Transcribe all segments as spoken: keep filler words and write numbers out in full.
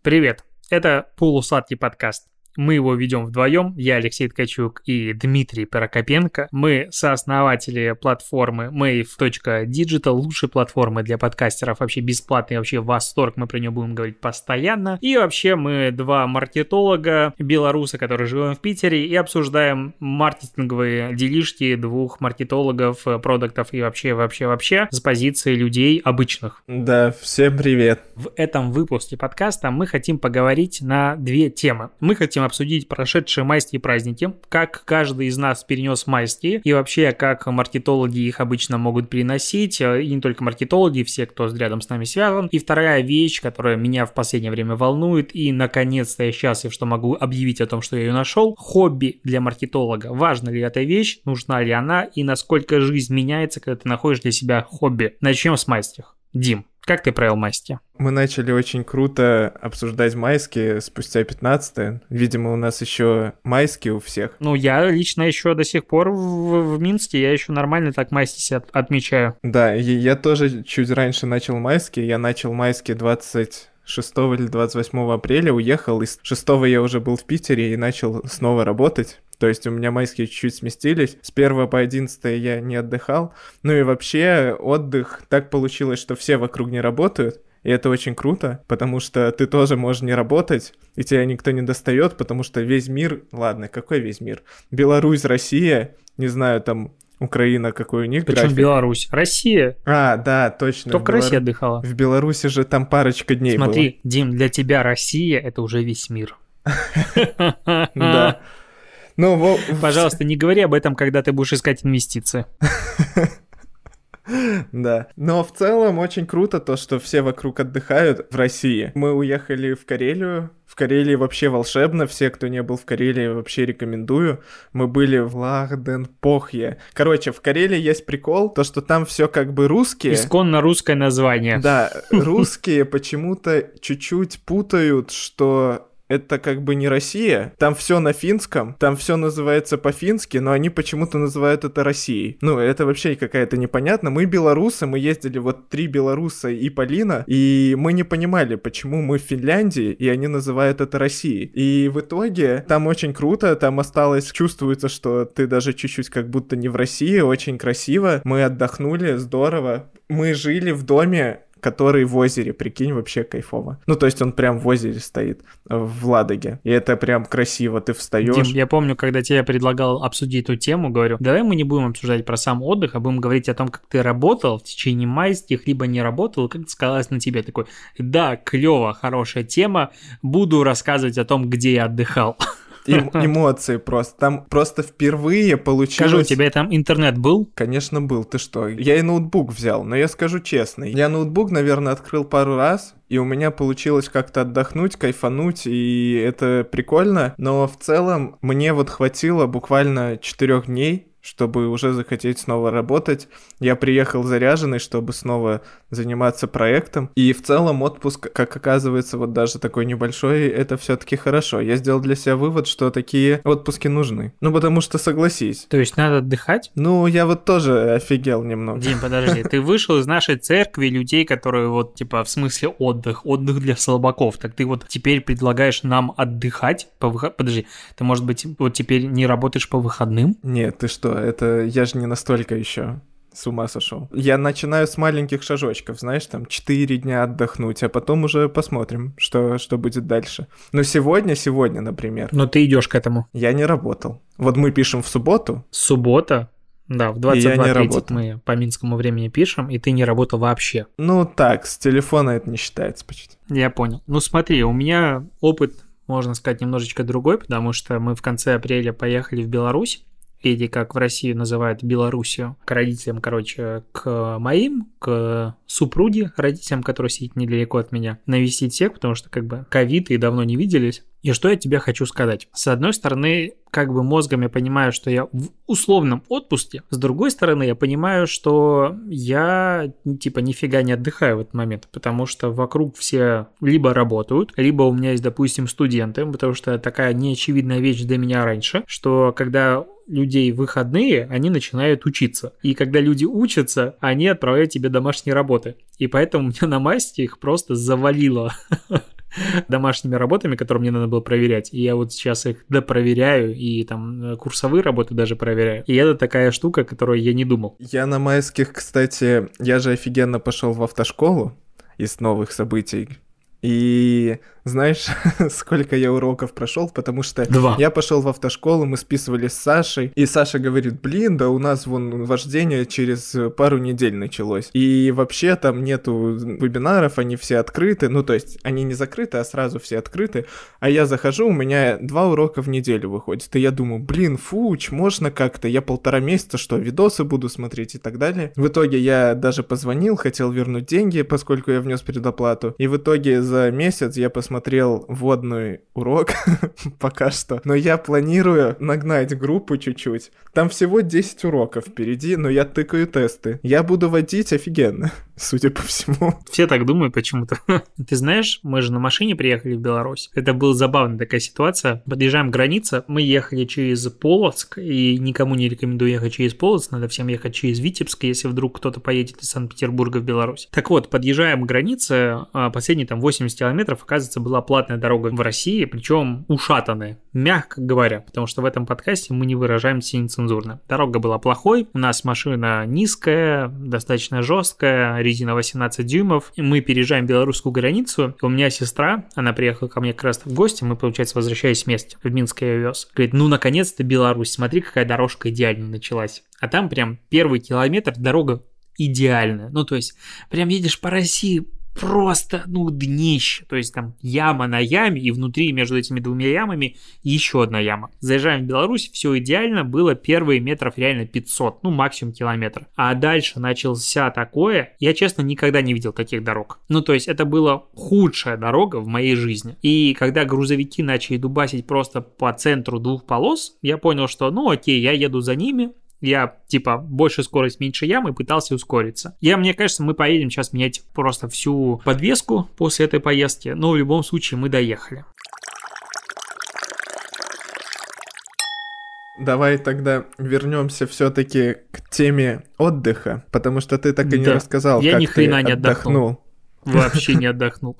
Привет, это полусладкий подкаст. Мы его ведем вдвоем, я Алексей Ткачук и Дмитрий Прокопенко. Мы сооснователи платформы мэйв точка диджитал, лучшей платформы для подкастеров, вообще бесплатный, вообще восторг, мы про нее будем говорить постоянно. И вообще мы два маркетолога, белорусы, которые живем в Питере, и обсуждаем маркетинговые делишки двух маркетологов, продуктов и вообще, вообще, вообще с позиции людей обычных. Да, всем привет. В этом выпуске подкаста мы хотим поговорить на две темы. Мы хотим обсудить прошедшие майские праздники, как каждый из нас перенес майские, и вообще, как маркетологи их обычно могут переносить, и не только маркетологи, все, кто рядом с нами связан. И вторая вещь, которая меня в последнее время волнует, и наконец-то я счастлив, что могу объявить о том, что я ее нашел. Хобби для маркетолога. Важна ли эта вещь, нужна ли она, и насколько жизнь меняется, когда ты находишь для себя хобби. Начнем с майских. Дим, как ты провел майские? Мы начали очень круто обсуждать майские спустя пятнадцатое. Видимо, у нас еще майские у всех. Ну, я лично еще до сих пор в, в Минске, я еще нормально так майские от, отмечаю. Да, и я тоже чуть раньше начал майские. Я начал майские двадцать шестого или двадцать восьмого апреля, уехал, и шестого я уже был в Питере и начал снова работать. То есть у меня майские чуть-чуть сместились. С первого по одиннадцатое я не отдыхал. Ну и вообще отдых, так получилось, что все вокруг не работают. И это очень круто, потому что ты тоже можешь не работать, и тебя никто не достает, потому что весь мир... Ладно, какой весь мир? Беларусь, Россия, не знаю, там... Украина, какой у них Причем график. Беларусь? Россия? А, да, точно. Только Белор... Россия отдыхала. В Беларуси же там парочка дней было. Смотри, Дим, для тебя Россия — это уже весь мир. Да. Ну, пожалуйста, не говори об этом, когда ты будешь искать инвестиции. Да. Но в целом очень круто то, что все вокруг отдыхают в России. Мы уехали в Карелию. В Карелии вообще волшебно. Все, кто не был в Карелии, вообще рекомендую. Мы были в Лахденпохье. Короче, в Карелии есть прикол, то, что там все как бы русские. Исконно русское название. Да, русские почему-то чуть-чуть путают, что... Это как бы не Россия, там все на финском, там все называется по-фински, но они почему-то называют это Россией. Ну, это вообще какая-то непонятно. Мы белорусы, мы ездили вот три белоруса и Полина, и мы не понимали, почему мы в Финляндии, и они называют это Россией. И в итоге там очень круто, там осталось, чувствуется, что ты даже чуть-чуть как будто не в России, очень красиво. Мы отдохнули, здорово. Мы жили в доме, который в озере, прикинь, вообще кайфово. Ну, то есть он прям в озере стоит, в Ладоге. И это прям красиво, ты встаешь. Дим, я помню, когда тебе предлагал обсудить эту тему, говорю, давай мы не будем обсуждать про сам отдых, а будем говорить о том, как ты работал в течение майских, либо не работал, как это сказалось на тебе. Такой, да, клево, хорошая тема, буду рассказывать о том, где я отдыхал. Эм- эмоции просто. Там просто впервые получилось... Скажи, у тебя там интернет был? Конечно, был. Ты что? Я и ноутбук взял, но я скажу честно. Я ноутбук, наверное, открыл пару раз, и у меня получилось как-то отдохнуть, кайфануть, и это прикольно. Но в целом мне вот хватило буквально четырех дней, чтобы уже захотеть снова работать. Я приехал заряженный, чтобы снова заниматься проектом. И в целом отпуск, как оказывается, вот даже такой небольшой, это все-таки хорошо. Я сделал для себя вывод, что такие отпуски нужны. Ну, потому что, согласись. То есть надо отдыхать? Ну, я вот тоже офигел немного. Дим, подожди, ты вышел из нашей церкви людей, которые вот, типа, в смысле отдых, отдых для слабаков. Так ты вот теперь предлагаешь нам отдыхать по выходным? Подожди, ты, может быть, вот теперь не работаешь по выходным? Нет, ты что? Это я же не настолько еще с ума сошел. Я начинаю с маленьких шажочков, знаешь, там четыре дня отдохнуть, а потом уже посмотрим, что, что будет дальше. Но сегодня, сегодня, например... Но ты идешь к этому. Я не работал. Вот мы пишем в субботу. Суббота? Да, в двадцать два тридцать мы по минскому времени пишем, и ты не работал вообще. Ну так, с телефона это не считается почти. Я понял. Ну смотри, у меня опыт, можно сказать, немножечко другой, потому что мы в конце апреля поехали в Беларусь, или как в России называют Белоруссию, к родителям, короче, к моим, к супруге, родителям, которые сидят недалеко от меня, навестить всех, потому что как бы ковид и давно не виделись. И что я тебе хочу сказать? С одной стороны, как бы мозгом я понимаю, что я в условном отпуске. С другой стороны, я понимаю, что я типа нифига не отдыхаю в этот момент, потому что вокруг все либо работают, либо у меня есть, допустим, студенты, потому что такая неочевидная вещь для меня раньше, что когда людей выходные, они начинают учиться. И когда люди учатся, они отправляют тебе домашние работы. И поэтому меня на масте их просто завалило. домашними работами, которые мне надо было проверять. И я вот сейчас их допроверяю, и там курсовые работы даже проверяю. И это такая штука, о которой я не думал. Я на майских, кстати, я же офигенно пошел в автошколу из новых событий. И знаешь, сколько я уроков прошел, потому что Два. Я пошел в автошколу, мы списывали с Сашей, и Саша говорит, блин, да у нас вон вождение через пару недель началось. И вообще там нету вебинаров, они все открыты, ну то есть они не закрыты, а сразу все открыты. А я захожу, у меня два урока в неделю выходит, и я думаю, блин, фуч, можно как-то, я полтора месяца, что, видосы буду смотреть и так далее. В итоге я даже позвонил, хотел вернуть деньги, поскольку я внес предоплату, и в итоге за месяц я посмотрел смотрел вводный урок пока что, но я планирую нагнать группу чуть-чуть. Там всего десять уроков впереди, но я тыкаю тесты. Я буду водить офигенно, судя по всему. Все так думают почему-то. Ты знаешь, мы же на машине приехали в Беларусь. Это была забавная такая ситуация. Подъезжаем к границе, мы ехали через Полоцк, и никому не рекомендую ехать через Полоцк, надо всем ехать через Витебск, если вдруг кто-то поедет из Санкт-Петербурга в Беларусь. Так вот, подъезжаем к границе, последние там восемьдесят километров, оказывается, была платная дорога в России, причем ушатанная, мягко говоря, потому что в этом подкасте мы не выражаемся нецензурно. Дорога была плохой, у нас машина низкая, достаточно жесткая, резина восемнадцать дюймов. Мы переезжаем белорусскую границу, и у меня сестра, она приехала ко мне как раз в гости, мы, получается, возвращаясь вместе, в Минск я ее вез. Говорит, ну, наконец-то Беларусь, смотри, какая дорожка идеальная началась. А там прям первый километр дорога идеальная. Ну, то есть, прям едешь по России, просто, ну, днище. То есть там яма на яме, и внутри между этими двумя ямами еще одна яма. Заезжаем в Беларусь, все идеально, было первые метров реально пятьсот, ну, максимум километр. А дальше начался такое, я, честно, никогда не видел таких дорог. Ну, то есть это была худшая дорога в моей жизни. И когда грузовики начали дубасить просто по центру двух полос, я понял, что, ну, окей, я еду за ними. Я, типа, больше скорость, меньше ямы, пытался ускориться. Я, мне кажется, мы поедем сейчас менять просто всю подвеску после этой поездки, но в любом случае мы доехали. Давай тогда вернемся все-таки к теме отдыха, потому что ты так и не да. рассказал, я как ни хрена ты не отдохнул. отдохнул. Вообще не отдохнул.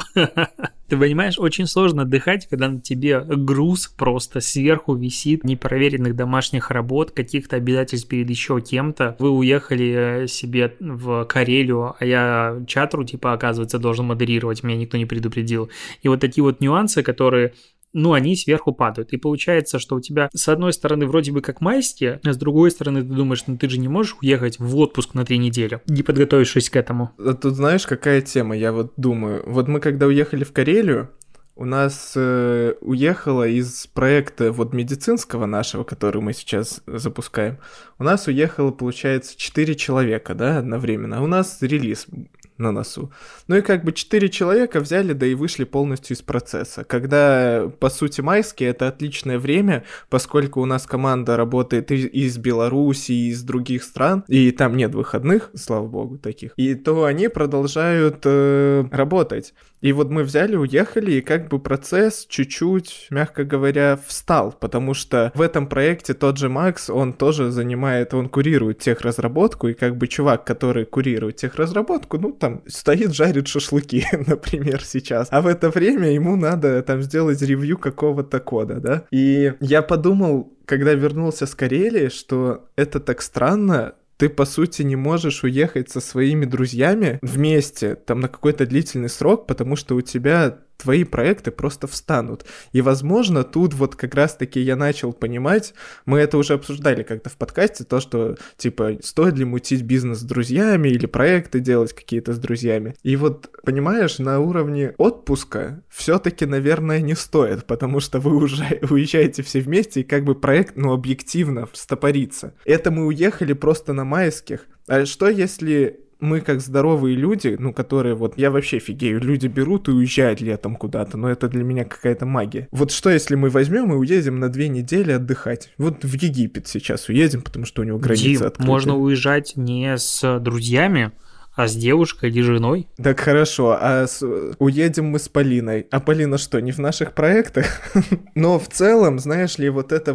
Ты понимаешь, очень сложно отдыхать, когда на тебе груз просто сверху висит непроверенных домашних работ, каких-то обязательств перед еще кем-то. Вы уехали себе в Карелию, а я чатру, типа, оказывается, должен модерировать, меня никто не предупредил. И вот такие вот нюансы, которые... ну, они сверху падают. И получается, что у тебя, с одной стороны, вроде бы как майские, а с другой стороны, ты думаешь, ну, ты же не можешь уехать в отпуск на три недели, не подготовившись к этому. А тут знаешь, какая тема, я вот думаю. Вот мы когда уехали в Карелию, у нас э, уехало из проекта вот медицинского нашего, который мы сейчас запускаем, у нас уехало, получается, четыре человека, да, одновременно, а у нас релиз на носу. Ну и как бы четыре человека взяли, да и вышли полностью из процесса. Когда, по сути, майские, это отличное время, поскольку у нас команда работает и из Беларуси, и из других стран, и там нет выходных, слава богу, таких, и то они продолжают э, работать. И вот мы взяли, уехали, и как бы процесс чуть-чуть, мягко говоря, встал, потому что в этом проекте тот же Макс, он тоже занимает, он курирует техразработку, и как бы чувак, который курирует техразработку, ну, там, стоит, жарит шашлыки, например, сейчас. А в это время ему надо там сделать ревью какого-то кода, да? И я подумал, когда вернулся с Карелии, что это так странно. Ты, по сути, не можешь уехать со своими друзьями вместе, там, на какой-то длительный срок, потому что у тебя твои проекты просто встанут. И, возможно, тут вот как раз-таки я начал понимать, мы это уже обсуждали как-то в подкасте, то, что, типа, стоит ли мутить бизнес с друзьями или проекты делать какие-то с друзьями. И вот, понимаешь, на уровне отпуска все-таки, наверное, не стоит, потому что вы уже уезжаете все вместе, и как бы проект, ну, объективно стопорится. Это мы уехали просто на майских. А что если... мы как здоровые люди, ну, которые вот, я вообще фигею, люди берут и уезжают летом куда-то, но это для меня какая-то магия. Вот что, если мы возьмем и уедем на две недели отдыхать? Вот в Египет сейчас уедем, потому что у него граница Дим, открыта. можно уезжать не с друзьями, а с девушкой или женой. Так хорошо, а с... уедем мы с Полиной. А Полина что, не в наших проектах? Но в целом, знаешь ли, вот это вот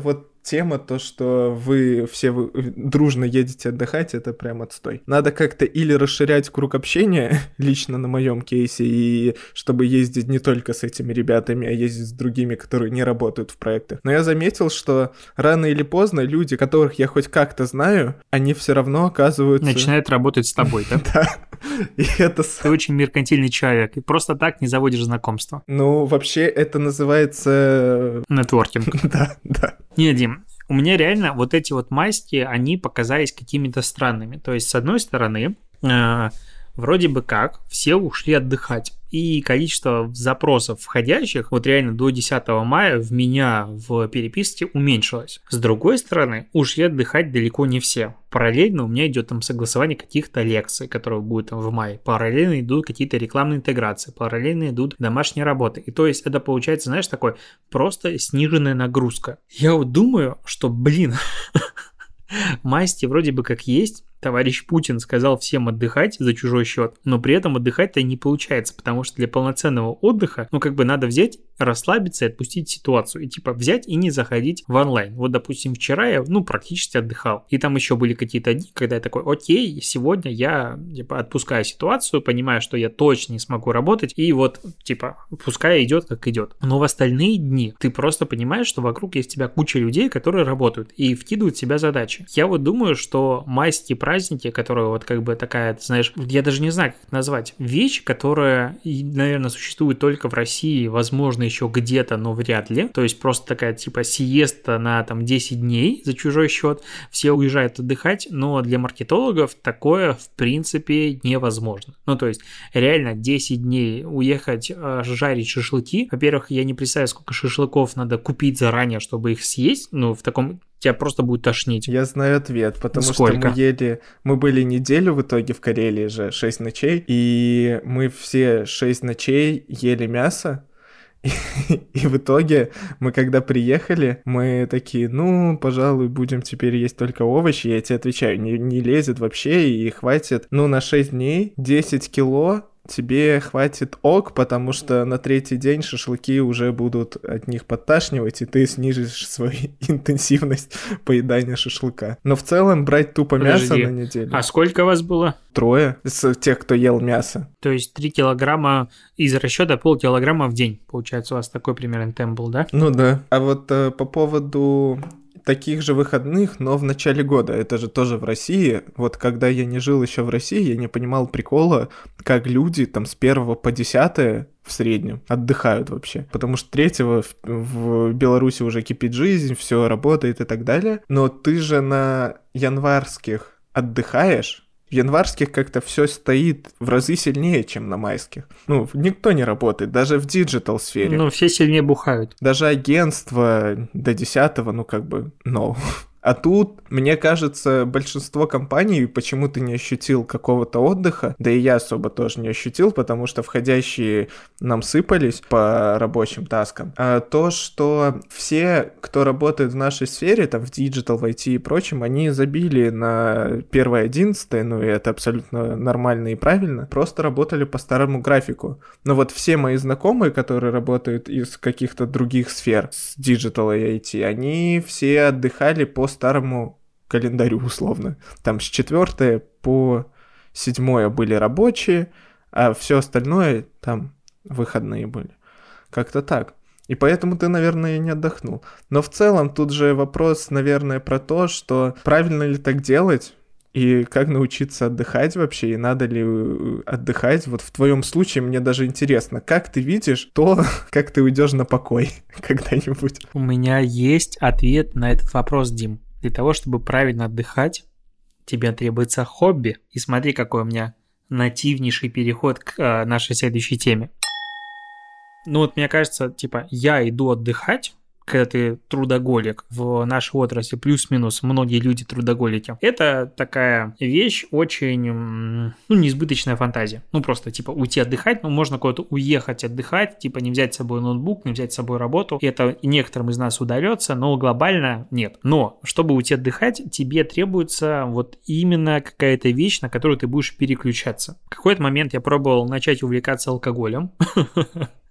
тема, то, что вы все вы дружно едете отдыхать, это прям отстой. Надо как-то или расширять круг общения, лично на моем кейсе, и чтобы ездить не только с этими ребятами, а ездить с другими, которые не работают в проектах. Но я заметил, что рано или поздно люди, которых я хоть как-то знаю, они все равно оказываются... Начинают работать с тобой, да? Да. И это... Ты очень меркантильный человек, и просто так не заводишь знакомства. Ну, вообще, это называется... Нетворкинг. Да, да. Не, Дим, у меня реально вот эти вот масти, они показались какими-то странными. То есть, с одной стороны, э, вроде бы как все ушли отдыхать. И количество запросов входящих вот реально до десятого мая в меня в переписке уменьшилось. С другой стороны, ушли отдыхать далеко не все. Параллельно у меня идет там согласование каких-то лекций, которые будут там в мае. Параллельно идут какие-то рекламные интеграции. Параллельно идут домашние работы. И то есть это получается, знаешь, такой просто сниженная нагрузка. Я вот думаю, что, блин, масти вроде бы как есть. Товарищ Путин сказал всем отдыхать за чужой счет, но при этом отдыхать-то не получается, потому что для полноценного отдыха, ну, как бы надо взять, расслабиться и отпустить ситуацию, и типа взять и не заходить в онлайн. Вот, допустим, вчера я, ну, практически отдыхал, и там еще были какие-то дни, когда я такой, окей, сегодня я, типа, отпускаю ситуацию, понимаю, что я точно не смогу работать, и вот, типа, пускай идет, как идет. Но в остальные дни ты просто понимаешь, что вокруг есть у тебя куча людей, которые работают и вкидывают в себя задачи. Я вот думаю, что масти праздники, которые вот как бы такая, ты знаешь, я даже не знаю, как это назвать, вещь, которая, наверное, существует только в России, возможно, еще где-то, но вряд ли. То есть просто такая типа сиеста на там десять дней за чужой счет, все уезжают отдыхать, но для маркетологов такое в принципе невозможно. Ну, то есть реально десять дней уехать жарить шашлыки. Во-первых, я не представляю, сколько шашлыков надо купить заранее, чтобы их съесть, ну, в таком... Тебя просто будет тошнить. Я знаю ответ, потому Сколько? что мы ели... Мы были неделю в итоге в Карелии же, шесть ночей, и мы все шесть ночей ели мясо, и, и в итоге мы когда приехали, мы такие, ну, пожалуй, будем теперь есть только овощи. Я тебе отвечаю, не, не лезет вообще, и хватит, ну, на шесть дней десять кило тебе хватит ок, потому что на третий день шашлыки уже будут от них подташнивать, и ты снизишь свою интенсивность поедания шашлыка. Но в целом брать тупо Подожди, мясо на неделю. А сколько вас было? Трое с тех, кто ел мясо. То есть три килограмма из расчета полкилограмма в день. Получается, у вас такой примерно темп был, да? Ну да. А вот э, по поводу... таких же выходных, но в начале года. Это же тоже в России. Вот когда я не жил еще в России, я не понимал прикола, как люди там с первого по десятое в среднем отдыхают вообще. Потому что третьего в, в Беларуси уже кипит жизнь, все работает и так далее. Но ты же на январских отдыхаешь. В январских как-то все стоит в разы сильнее, чем на майских. Ну, никто не работает, даже в диджитал сфере. Ну, все сильнее бухают. Даже агентство до десятого, ну, как бы, no. А тут, мне кажется, большинство компаний почему-то не ощутил какого-то отдыха, да и я особо тоже не ощутил, потому что входящие нам сыпались по рабочим таскам. А то, что все, кто работает в нашей сфере, там, в диджитал, в ай ти и прочем, они забили на первое одиннадцатое, ну и это абсолютно нормально и правильно, просто работали по старому графику. Но вот все мои знакомые, которые работают из каких-то других сфер, с диджитал и ай ти, они все отдыхали по старому календарю условно. Там с четвёртого по седьмое были рабочие, а все остальное там выходные были. Как-то так. И поэтому ты, наверное, и не отдохнул. Но в целом тут же вопрос, наверное, про то, что правильно ли так делать, и как научиться отдыхать вообще, и надо ли отдыхать. Вот в твоем случае мне даже интересно, как ты видишь то, как ты уйдешь на покой когда-нибудь. У меня есть ответ на этот вопрос, Дим. Для того, чтобы правильно отдыхать, тебе требуется хобби. И смотри, какой у меня нативнейший переход к э, нашей следующей теме. Ну вот мне кажется, типа, я иду отдыхать, когда ты трудоголик в нашей отрасли, плюс-минус, многие люди трудоголики. Это такая вещь очень, ну, неизбыточная фантазия. Ну, просто, типа, уйти отдыхать, ну, можно куда-то уехать отдыхать, типа, не взять с собой ноутбук, не взять с собой работу. И это некоторым из нас удается, но глобально нет. Но, чтобы уйти отдыхать, тебе требуется вот именно какая-то вещь, на которую ты будешь переключаться. В какой-то момент я пробовал начать увлекаться алкоголем.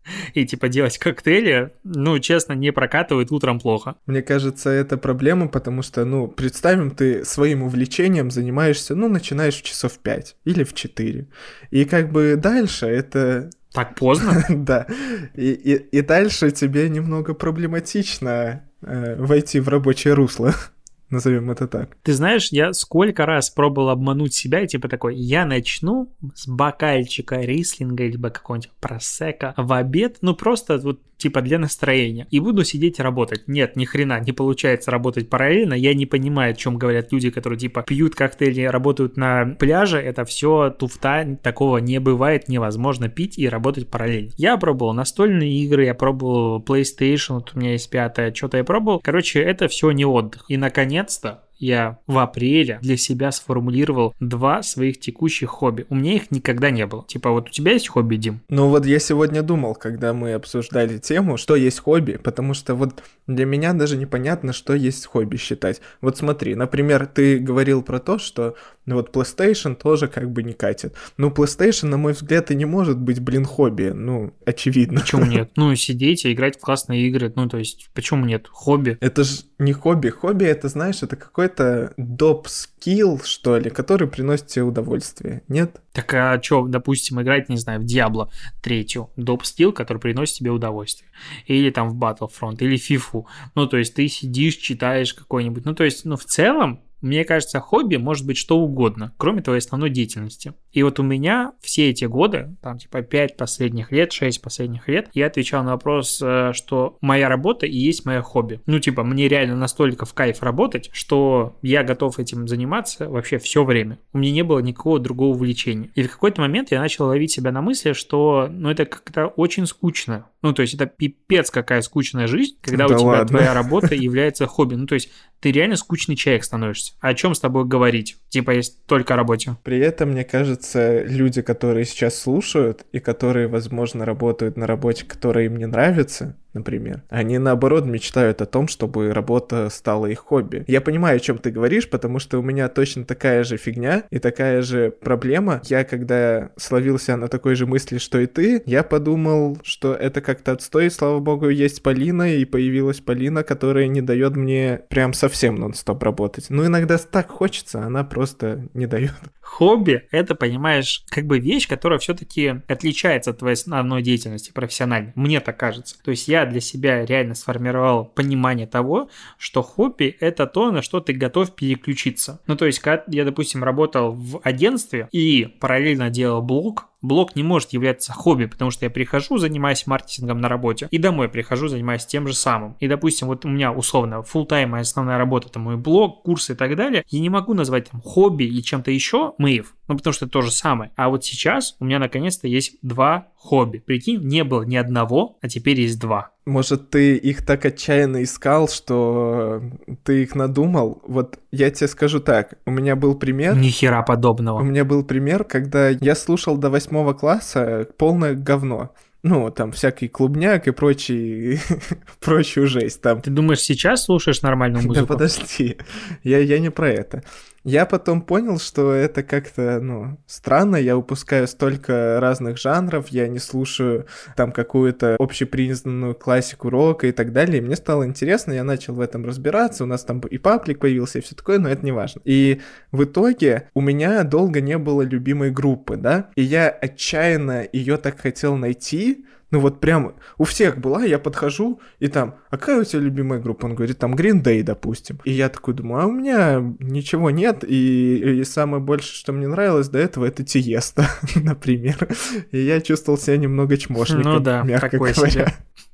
и типа делать коктейли, ну, честно, не прокатывает, утром плохо. Мне кажется, это проблема, потому что, ну, представим, ты своим увлечением занимаешься, ну, начинаешь в часов в пять или в четыре. И как бы дальше это... Так поздно? Да. И, и, и дальше тебе немного проблематично э, войти в рабочее русло. Назовем это так. Ты знаешь, я сколько раз пробовал обмануть себя, и типа такой, я начну с бокальчика рислинга либо какого-нибудь просека в обед, ну просто вот типа для настроения, и буду сидеть и работать. Нет, ни хрена не получается работать параллельно, я не понимаю, о чем говорят люди, которые типа пьют коктейли, работают на пляже, это все туфта, такого не бывает, невозможно пить и работать параллельно. Я пробовал настольные игры, я пробовал PlayStation, вот у меня есть пятая, что-то я пробовал, короче, это все не отдых. И наконец Наконец-то я в апреле для себя сформулировал два своих текущих хобби. У меня их никогда не было. Типа, вот у тебя есть хобби, Дим? Ну вот я сегодня думал, когда мы обсуждали тему, что есть хобби, потому что вот для меня даже непонятно, что есть хобби считать. Вот смотри, например, ты говорил про то, что ну вот PlayStation тоже как бы не катит. Ну PlayStation, на мой взгляд, и не может быть, блин, хобби. Ну, очевидно. Почему нет? Ну, сидеть и играть в классные игры. Ну, то есть, почему нет? Хобби. Это же не хобби. Хобби, это, знаешь, это какой-то доп-скилл, что ли, который приносит тебе удовольствие. Нет? Так а что, допустим, играть, не знаю, в Diablo третью, доп-скилл, который приносит тебе удовольствие. Или там в Battlefront, или FIFA. Ну, то есть, ты сидишь, читаешь какой-нибудь. Ну, то есть, ну, в целом, мне кажется, хобби может быть что угодно, кроме твоей основной деятельности. И вот у меня все эти годы, там типа пять последних лет, шесть последних лет, я отвечал на вопрос, что моя работа и есть мое хобби. Ну типа мне реально настолько в кайф работать, что я готов этим заниматься вообще все время. У меня не было никакого другого увлечения. И в какой-то момент я начал ловить себя на мысли, что ну это как-то очень скучно. Ну то есть это пипец какая скучная жизнь, когда да у тебя ладно. Твоя работа является хобби. Ну то есть ты реально скучный человек становишься. О чем с тобой говорить? Типа, есть только о работе. При этом, мне кажется, люди, которые сейчас слушают и которые, возможно, работают на работе, которая им не нравится, например, они, наоборот, мечтают о том, чтобы работа стала их хобби. Я понимаю, о чем ты говоришь, потому что у меня точно такая же фигня и такая же проблема. Я, когда словился на такой же мысли, что и ты, я подумал, что это как-то отстой. Слава богу, есть Полина, и появилась Полина, которая не дает мне прям совсем нон-стоп работать. Ну, иногда так хочется, она просто не дает. Хобби — это, понимаешь, как бы вещь, которая все-таки отличается от твоей основной деятельности профессиональной. Мне так кажется. То есть я для себя реально сформировал понимание того, что хобби — это то, на что ты готов переключиться. Ну, то есть, когда я, допустим, работал в агентстве и параллельно делал блог, блог не может являться хобби, потому что я прихожу, занимаюсь маркетингом на работе, и домой прихожу, занимаюсь тем же самым. И, допустим, вот у меня условно фулл-тайм, моя основная работа, это мой блог, курсы и так далее. Я не могу назвать там хобби или чем-то еще моив, ну, потому что это то же самое. А вот сейчас у меня наконец-то есть два хобби. Прикинь, не было ни одного, а теперь есть два. Может, ты их так отчаянно искал, что ты их надумал? Вот я тебе скажу так, у меня был пример... Ни хера подобного. У меня был пример, когда я слушал до восьмого класса полное говно. Ну, там всякий клубняк и прочий, прочую жесть там. Ты думаешь, сейчас слушаешь нормальную музыку? Да подожди, я, я не про это. Я потом понял, что это как-то, ну, странно, я упускаю столько разных жанров, я не слушаю там какую-то общепризнанную классику рока и так далее, и мне стало интересно, я начал в этом разбираться, у нас там и паблик появился, и все такое, но это не важно. И в итоге у меня долго не было любимой группы, да, и я отчаянно ее так хотел найти. Ну вот прям у всех была, я подхожу, и там, а какая у тебя любимая группа? Он говорит, там Green Day, допустим. И я такой думаю, а у меня ничего нет, и, и самое большее, что мне нравилось до этого, это Тиеста, например. И я чувствовал себя немного чмошником, ну да, мягко такой говоря. Себе.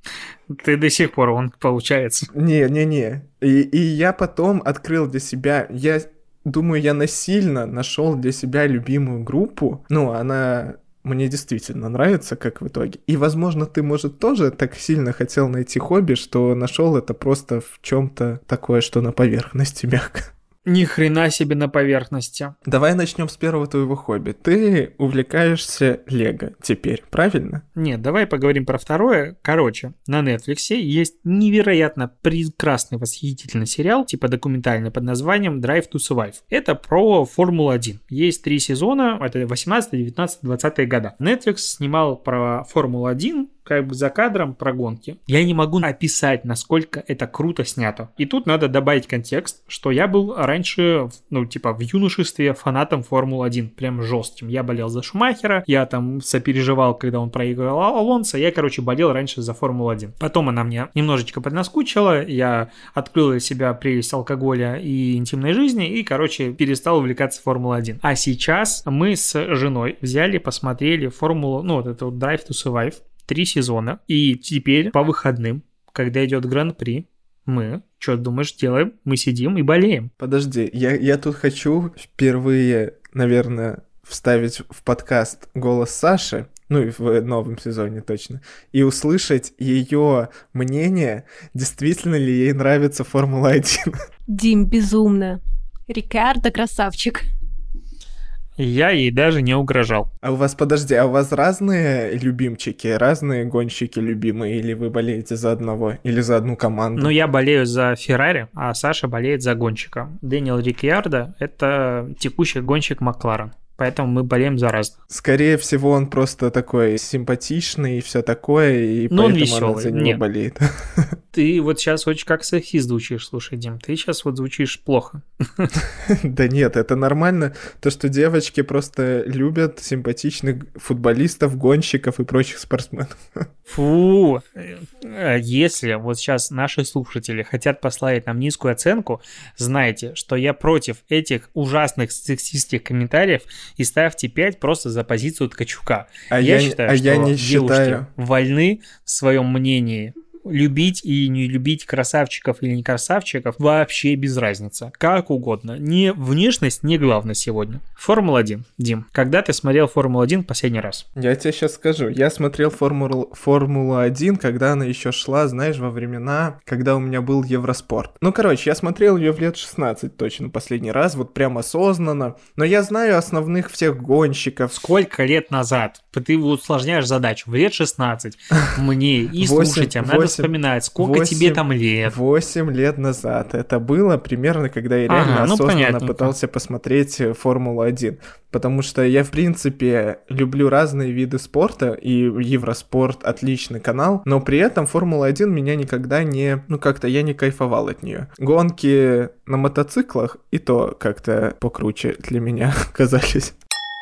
Ты до сих пор, он получается. Не-не-не. И, и я потом открыл для себя, я думаю, я насильно нашел для себя любимую группу. Ну, она... Мне действительно нравится, как в итоге. И, возможно, ты, может, тоже так сильно хотел найти хобби, что нашел это просто в чем-то такое, что на поверхности мягко. Ни хрена себе на поверхности. Давай начнем с первого твоего хобби. Ты увлекаешься Лего теперь, правильно? Нет, давай поговорим про второе. Короче, на Netflix есть невероятно прекрасный, восхитительный сериал, типа документальный, под названием Drive to Survive. Это про Формулу один. Есть три сезона, это восемнадцатый, девятнадцатый, двадцатый года. Netflix снимал про Формулу один как бы за кадром про гонки. Я не могу описать, насколько это круто снято. И тут надо добавить контекст, что я был раньше, ну, типа, в юношестве фанатом Формулы один, прям жестким. Я болел за Шумахера, я там сопереживал, когда он проигрывал Алонсо, я, короче, болел раньше за Формулу один. Потом она мне немножечко поднаскучила, я открыл для себя прелесть алкоголя и интимной жизни, и, короче, перестал увлекаться Формулой один. А сейчас мы с женой взяли, посмотрели Формулу, ну, вот это вот Drive to Survive, три сезона, и теперь по выходным, когда идет Гран-при, мы, что думаешь, делаем? Мы сидим и болеем. Подожди, я, я тут хочу впервые, наверное, вставить в подкаст голос Саши, ну и в новом сезоне точно, и услышать ее мнение, действительно ли ей нравится Формула один. Дим, безумно. Рикардо красавчик. Я ей даже не угрожал. А у вас, подожди, а у вас разные любимчики, разные гонщики любимые, или вы болеете за одного, или за одну команду? Ну, я болею за Феррари, а Саша болеет за гонщика. Дэниел Рикьярдо – это текущий гонщик Макларен. Поэтому мы болеем за разных. Скорее всего, он просто такой симпатичный и все такое, и но поэтому он веселый. она за него Нет. болеет. Ты вот сейчас очень как софист звучишь, слушай, Дим. Ты сейчас вот звучишь плохо. Да нет, это нормально. То, что девочки просто любят симпатичных футболистов, гонщиков и прочих спортсменов. Фу, если вот сейчас наши слушатели хотят поставить нам низкую оценку, знайте, что я против этих ужасных сексистских комментариев, и ставьте пять просто за позицию Ткачука. А я, я, считаю, а что я не девушки считаю. вольны в своем мнении любить и не любить красавчиков или не красавчиков вообще без разницы. Как угодно. Не внешность не главное сегодня. Формула один. Дим, когда ты смотрел Формулу один последний раз? Я тебе сейчас скажу. Я смотрел Формулу, Формулу один, когда она еще шла, знаешь, во времена, когда у меня был Евроспорт. Ну, короче, я смотрел ее в лет шестнадцать точно последний раз, вот прям осознанно. Но я знаю основных всех гонщиков. Сколько лет назад? Ты усложняешь задачу. В лет шестнадцать. Мне и слушателям надо вспоминать, сколько восемь, тебе там лет. восемь лет назад. Это было примерно, когда я реально ага, ну, осознанно понятненько. Пытался посмотреть Формулу один. Потому что я, в принципе, люблю разные виды спорта, и Евроспорт отличный канал, но при этом Формула один меня никогда не... Ну, как-то я не кайфовал от нее. Гонки на мотоциклах и то как-то покруче для меня казались.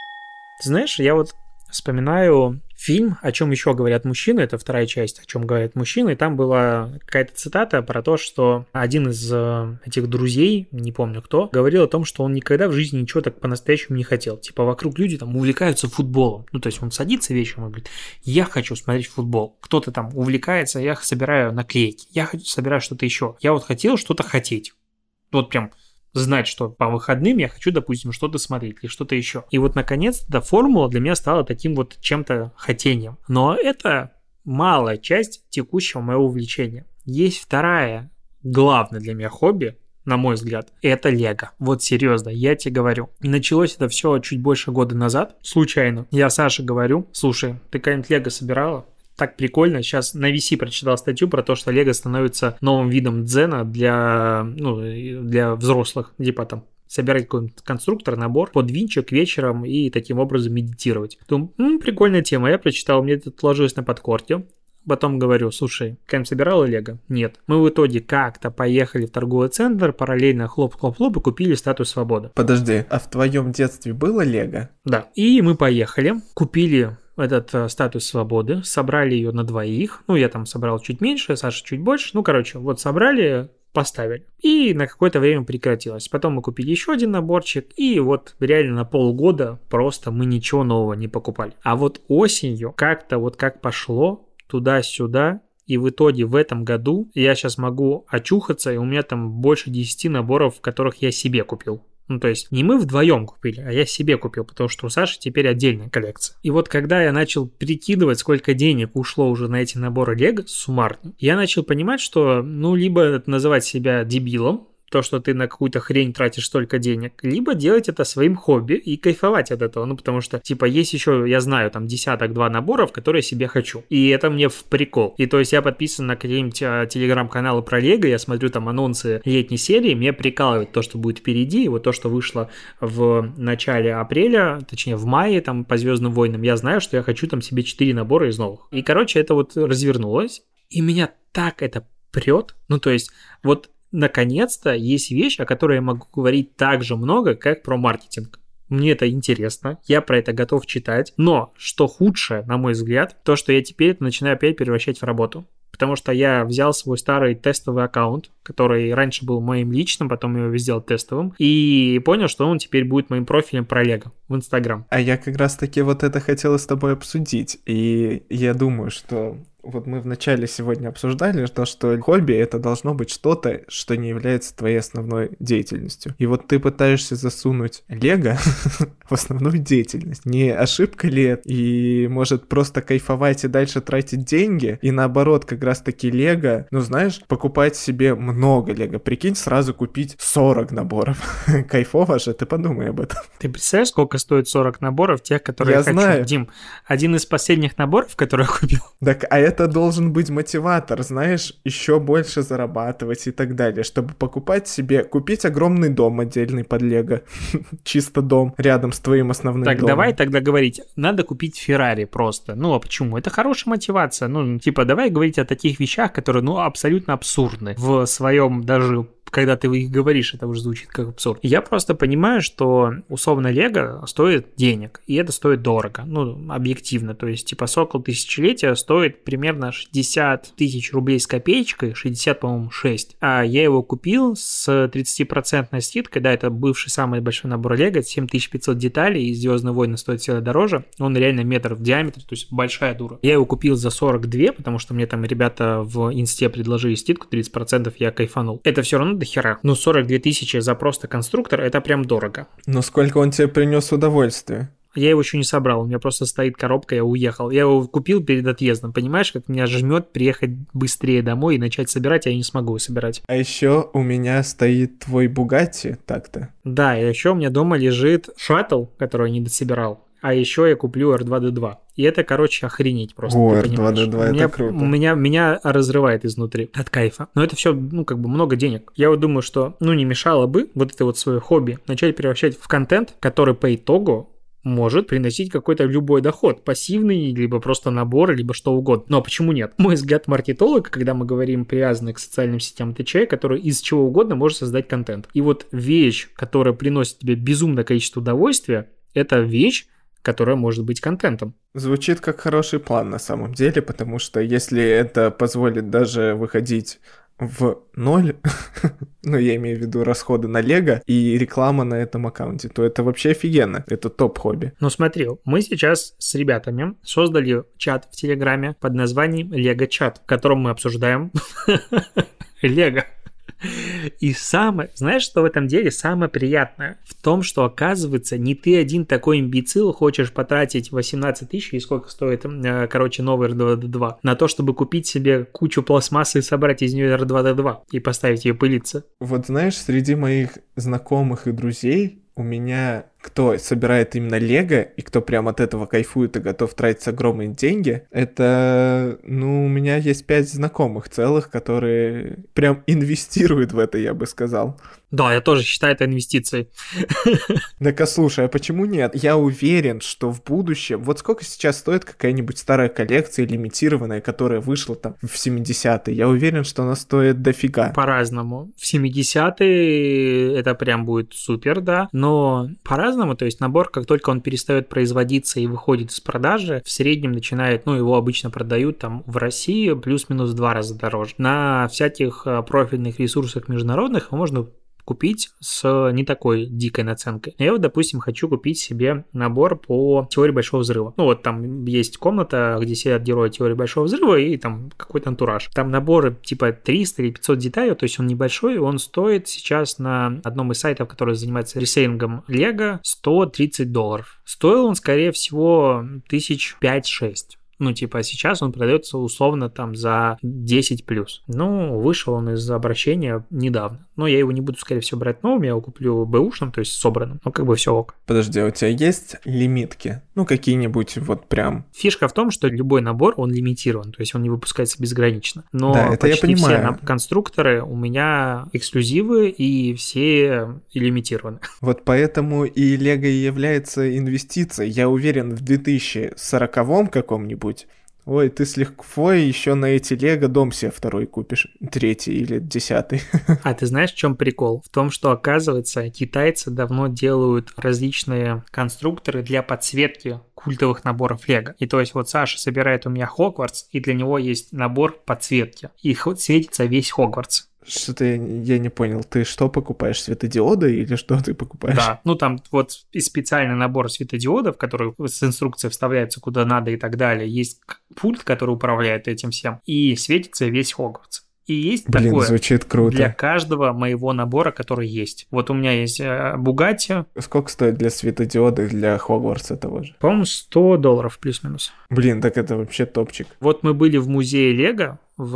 Ты знаешь, я вот вспоминаю фильм «О чем еще говорят мужчины», это вторая часть «О чем говорят мужчины», и там была какая-то цитата про то, что один из этих друзей, не помню кто, говорил о том, что он никогда в жизни ничего так по-настоящему не хотел. Типа вокруг люди там увлекаются футболом. Ну, то есть он садится вечером и говорит: я хочу смотреть футбол. Кто-то там увлекается, я собираю наклейки, я собираю что-то еще. Я вот хотел что-то хотеть. Вот прям знать, что по выходным я хочу, допустим, что-то смотреть или что-то еще. И вот, наконец-то, формула для меня стала таким вот чем-то хотением. Но это малая часть текущего моего увлечения. Есть вторая, главное для меня хобби, на мой взгляд, это Лего. Вот серьезно, я тебе говорю. Началось это все чуть больше года назад, случайно. Я Саше говорю: слушай, ты когда-нибудь Лего собирала? Так прикольно. Сейчас на ви си прочитал статью про то, что Лего становится новым видом дзена для, ну, для взрослых. Типа там собирать какой-нибудь конструктор, набор под винчик вечером и таким образом медитировать. Думаю, м-м, прикольная тема. Я прочитал, мне это отложилось на подкорте. Потом говорю: слушай, когда-нибудь собирала Лего? Нет. Мы в итоге как-то поехали в торговый центр, параллельно хлоп-хлоп-хлоп и купили статую свободы. Подожди, а в твоем детстве было Лего? Да. И мы поехали, купили этот э, статус свободы, собрали ее на двоих. Ну, я там собрал чуть меньше, Саша чуть больше. Ну, короче, вот собрали, поставили. И на какое-то время прекратилось. Потом мы купили еще один наборчик, и вот реально на полгода просто мы ничего нового не покупали. А вот осенью как-то вот как пошло туда-сюда, и в итоге в этом году я сейчас могу очухаться, и у меня там больше десяти наборов, которых я себе купил. Ну, то есть не мы вдвоем купили, а я себе купил, потому что у Саши теперь отдельная коллекция. И вот когда я начал прикидывать, сколько денег ушло уже на эти наборы Лего суммарно, я начал понимать, что, ну, либо называть себя дебилом, то, что ты на какую-то хрень тратишь столько денег, либо делать это своим хобби и кайфовать от этого. Ну, потому что, типа, есть еще, я знаю, там, десяток-два наборов, которые я себе хочу. И это мне в прикол. И то есть я подписан на какие-нибудь телеграм-каналы про Лего, я смотрю там анонсы летней серии, мне прикалывает то, что будет впереди, и вот то, что вышло в начале апреля, точнее, в мае, там, по Звездным войнам, я знаю, что я хочу там себе четыре набора из новых. И, короче, это вот развернулось, и меня так это прет. Ну, то есть, вот наконец-то есть вещь, о которой я могу говорить так же много, как про маркетинг. Мне это интересно, я про это готов читать, но что худшее, на мой взгляд, то, что я теперь это начинаю опять превращать в работу. Потому что я взял свой старый тестовый аккаунт, который раньше был моим личным, потом я его сделал тестовым, и понял, что он теперь будет моим профилем про Лего в Инстаграм. А я как раз-таки вот это хотела с тобой обсудить, и я думаю, что... Вот мы вначале сегодня обсуждали, то, что хобби — это должно быть что-то, что не является твоей основной деятельностью. И вот ты пытаешься засунуть Лего в основную деятельность. Не ошибка ли это? И может просто кайфовать и дальше тратить деньги? И наоборот, как раз-таки Лего, ну знаешь, покупать себе много Лего. Прикинь, сразу купить сорок наборов. Кайфово же, ты подумай об этом. Ты представляешь, сколько стоит сорок наборов, тех, которые я, я хочу? Знаю. Дим, один из последних наборов, который я купил. Так, а это Это должен быть мотиватор, знаешь, еще больше зарабатывать и так далее, чтобы покупать себе, купить огромный дом отдельный под Лего, чисто дом рядом с твоим основным так, домом. Так, давай тогда говорить, надо купить Феррари просто. Ну, а почему? Это хорошая мотивация. Ну, типа, давай говорить о таких вещах, которые, ну, абсолютно абсурдны в своем даже... Когда ты их говоришь, это уже звучит как абсурд. Я просто понимаю, что условно Лего стоит денег, и это стоит дорого, ну, объективно. То есть, типа, Сокол Тысячелетия стоит примерно шестьдесят тысяч рублей с копеечкой, шестьдесят, по-моему, шесть. А я его купил с тридцатипроцентной скидкой, да, это бывший самый большой набор Лего, семь тысяч пятьсот деталей, и Звездные войны стоит сильно дороже, он реально метр в диаметре, то есть большая дура. Я его купил за сорок два, потому что мне там ребята в инсте предложили скидку тридцать процентов, я кайфанул. Это все равно до хера. Ну, сорок две тысячи за просто конструктор, это прям дорого. Но сколько он тебе принес удовольствия? Я его еще не собрал, у меня просто стоит коробка, я уехал. Я его купил перед отъездом, понимаешь, как меня жмет приехать быстрее домой и начать собирать, а я не смогу собирать. А еще у меня стоит твой Бугатти, так-то. Да, и еще у меня дома лежит шаттл, который я не дособирал. А еще я куплю эр два дэ два. И это, короче, охренеть просто. О, эр два дэ два, это меня, круто. Меня, меня разрывает изнутри от кайфа. Но это все, ну, как бы много денег. Я вот думаю, что, ну, не мешало бы вот это вот свое хобби начать превращать в контент, который по итогу может приносить какой-то любой доход, пассивный, либо просто набор, либо что угодно. Но почему нет? Мой взгляд маркетолога, когда мы говорим привязанный к социальным сетям, это человек, который из чего угодно может создать контент. И вот вещь, которая приносит тебе безумное количество удовольствия, это вещь, которая может быть контентом. Звучит как хороший план на самом деле, потому что если это позволит даже выходить в ноль, ну, я имею в виду расходы на Лего и реклама на этом аккаунте, то это вообще офигенно. Это топ-хобби. Ну, смотри, мы сейчас с ребятами создали чат в Телеграме под названием Лего-чат, в котором мы обсуждаем Лего. И самое, знаешь, что в этом деле самое приятное? В том, что, оказывается, не ты один такой имбецил хочешь потратить восемнадцать тысяч, и сколько стоит, короче, новый эр два дэ два, на то, чтобы купить себе кучу пластмассы и собрать из нее эр два дэ два и поставить ее пылиться. Вот знаешь, среди моих знакомых и друзей у меня кто собирает именно Лего и кто прям от этого кайфует и готов тратить огромные деньги, это, ну, у меня есть пять знакомых целых, которые прям инвестируют в это, я бы сказал. Да, я тоже считаю это инвестицией. Так-ка, слушай, а почему нет? Я уверен, что в будущем... Вот сколько сейчас стоит какая-нибудь старая коллекция лимитированная, которая вышла там в семидесятые? Я уверен, что она стоит дофига. По-разному. В семидесятые это прям будет супер, да, но по-разному, то есть набор, как только он перестает производиться и выходит из продажи, в среднем начинает, ну, его обычно продают там в России плюс-минус в два раза дороже. На всяких профильных ресурсах международных можно купить с не такой дикой наценкой. Я вот, допустим, хочу купить себе набор по теории Большого Взрыва. Ну, вот там есть комната, где сидят герои теории Большого Взрыва и там какой-то антураж. Там наборы типа триста или пятьсот деталей, то есть он небольшой, он стоит сейчас на одном из сайтов, который занимается ресейлингом Лего, сто тридцать долларов. Стоил он, скорее всего, тысяч пять-шесть. Ну, типа, сейчас он продается условно там за десять плюс. Ну, вышел он из обращения недавно. Но я его не буду, скорее всего, брать новым, я его куплю бэушным, то есть собранным. Ну, как бы все ок. Подожди, а у тебя есть лимитки? Ну, какие-нибудь вот прям... Фишка в том, что любой набор, он лимитирован, то есть он не выпускается безгранично. Но да, это почти я понимаю. все наб- конструкторы у меня эксклюзивы и все лимитированы. Вот поэтому и Лего и является инвестицией. Я уверен, в две тысячи сороковом каком-нибудь, ой, ты с лихвой еще на эти Лего дом себе второй купишь, третий или десятый. А ты знаешь, в чем прикол? В том, что, оказывается, китайцы давно делают различные конструкторы для подсветки культовых наборов Лего. И то есть вот Саша собирает у меня Хогвартс, и для него есть набор подсветки. И светится весь Хогвартс. Что-то я, я не понял, ты что покупаешь, светодиоды или что ты покупаешь? Да, ну там вот и специальный набор светодиодов, который с инструкцией вставляется куда надо и так далее. Есть пульт, который управляет этим всем, и светится весь Хогвартс. И есть Блин, такое звучит круто. Для каждого моего набора, который есть. Вот у меня есть Бугатти. Сколько стоит для светодиода для Хогвартса того же? По-моему, сто долларов плюс-минус. Блин, так это вообще топчик. Вот мы были в музее Лего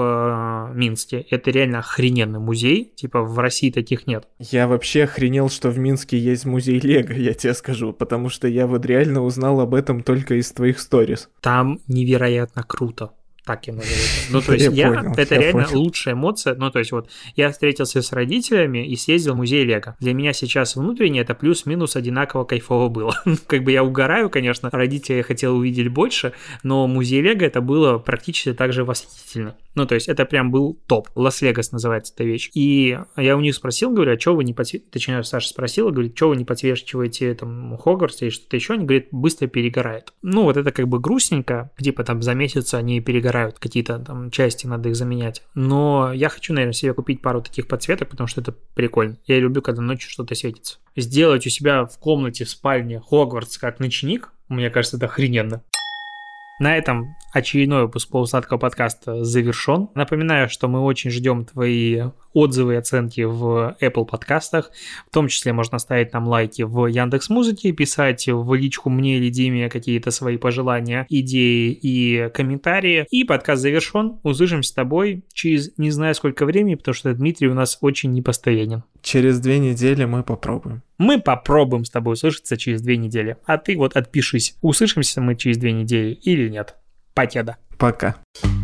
в Минске. Это реально охрененный музей. Типа в России таких нет. Я вообще охренел, что в Минске есть музей Лего, я тебе скажу. Потому что я вот реально узнал об этом только из твоих сторис. Там невероятно круто. Так я назову. Ну, то есть, я, понял, это я реально понял. лучшая эмоция. Ну, то есть, вот я встретился с родителями и съездил в музей Лего. Для меня сейчас внутренне это плюс-минус одинаково кайфово было. Как бы я угораю, конечно, родителей я хотел увидеть больше, но музей Лего это было практически так же восхитительно. Ну, то есть, это прям был топ. Лас-Вегас называется эта вещь. И я у них спросил, говорю, а что вы не подсвечиваете? Точнее, Саша спросила, говорит, что вы не подсвечиваете там Хогвартс или что-то еще? Они говорят, быстро перегорает. Ну, вот это как бы грустненько, типа там за месяц они перегорают. Какие-то там части, надо их заменять. Но я хочу, наверное, себе купить пару таких подсветок, потому что это прикольно. Я люблю, когда ночью что-то светится. Сделать у себя в комнате, в спальне Хогвартс как ночник, мне кажется, это охрененно. На этом очередной выпуск полусладкого подкаста завершен. Напоминаю, что мы очень ждем твои отзывы и оценки в Apple подкастах. В том числе можно ставить нам лайки в Яндекс.Музыке, писать в личку мне или Диме какие-то свои пожелания, идеи и комментарии. И подкаст завершен. Услышимся с тобой через не знаю сколько времени, потому что Дмитрий у нас очень непостоянен. Через две недели мы попробуем. Мы попробуем с тобой услышаться через две недели. А ты вот отпишись, услышимся мы через две недели или нет. Покеда. Пока.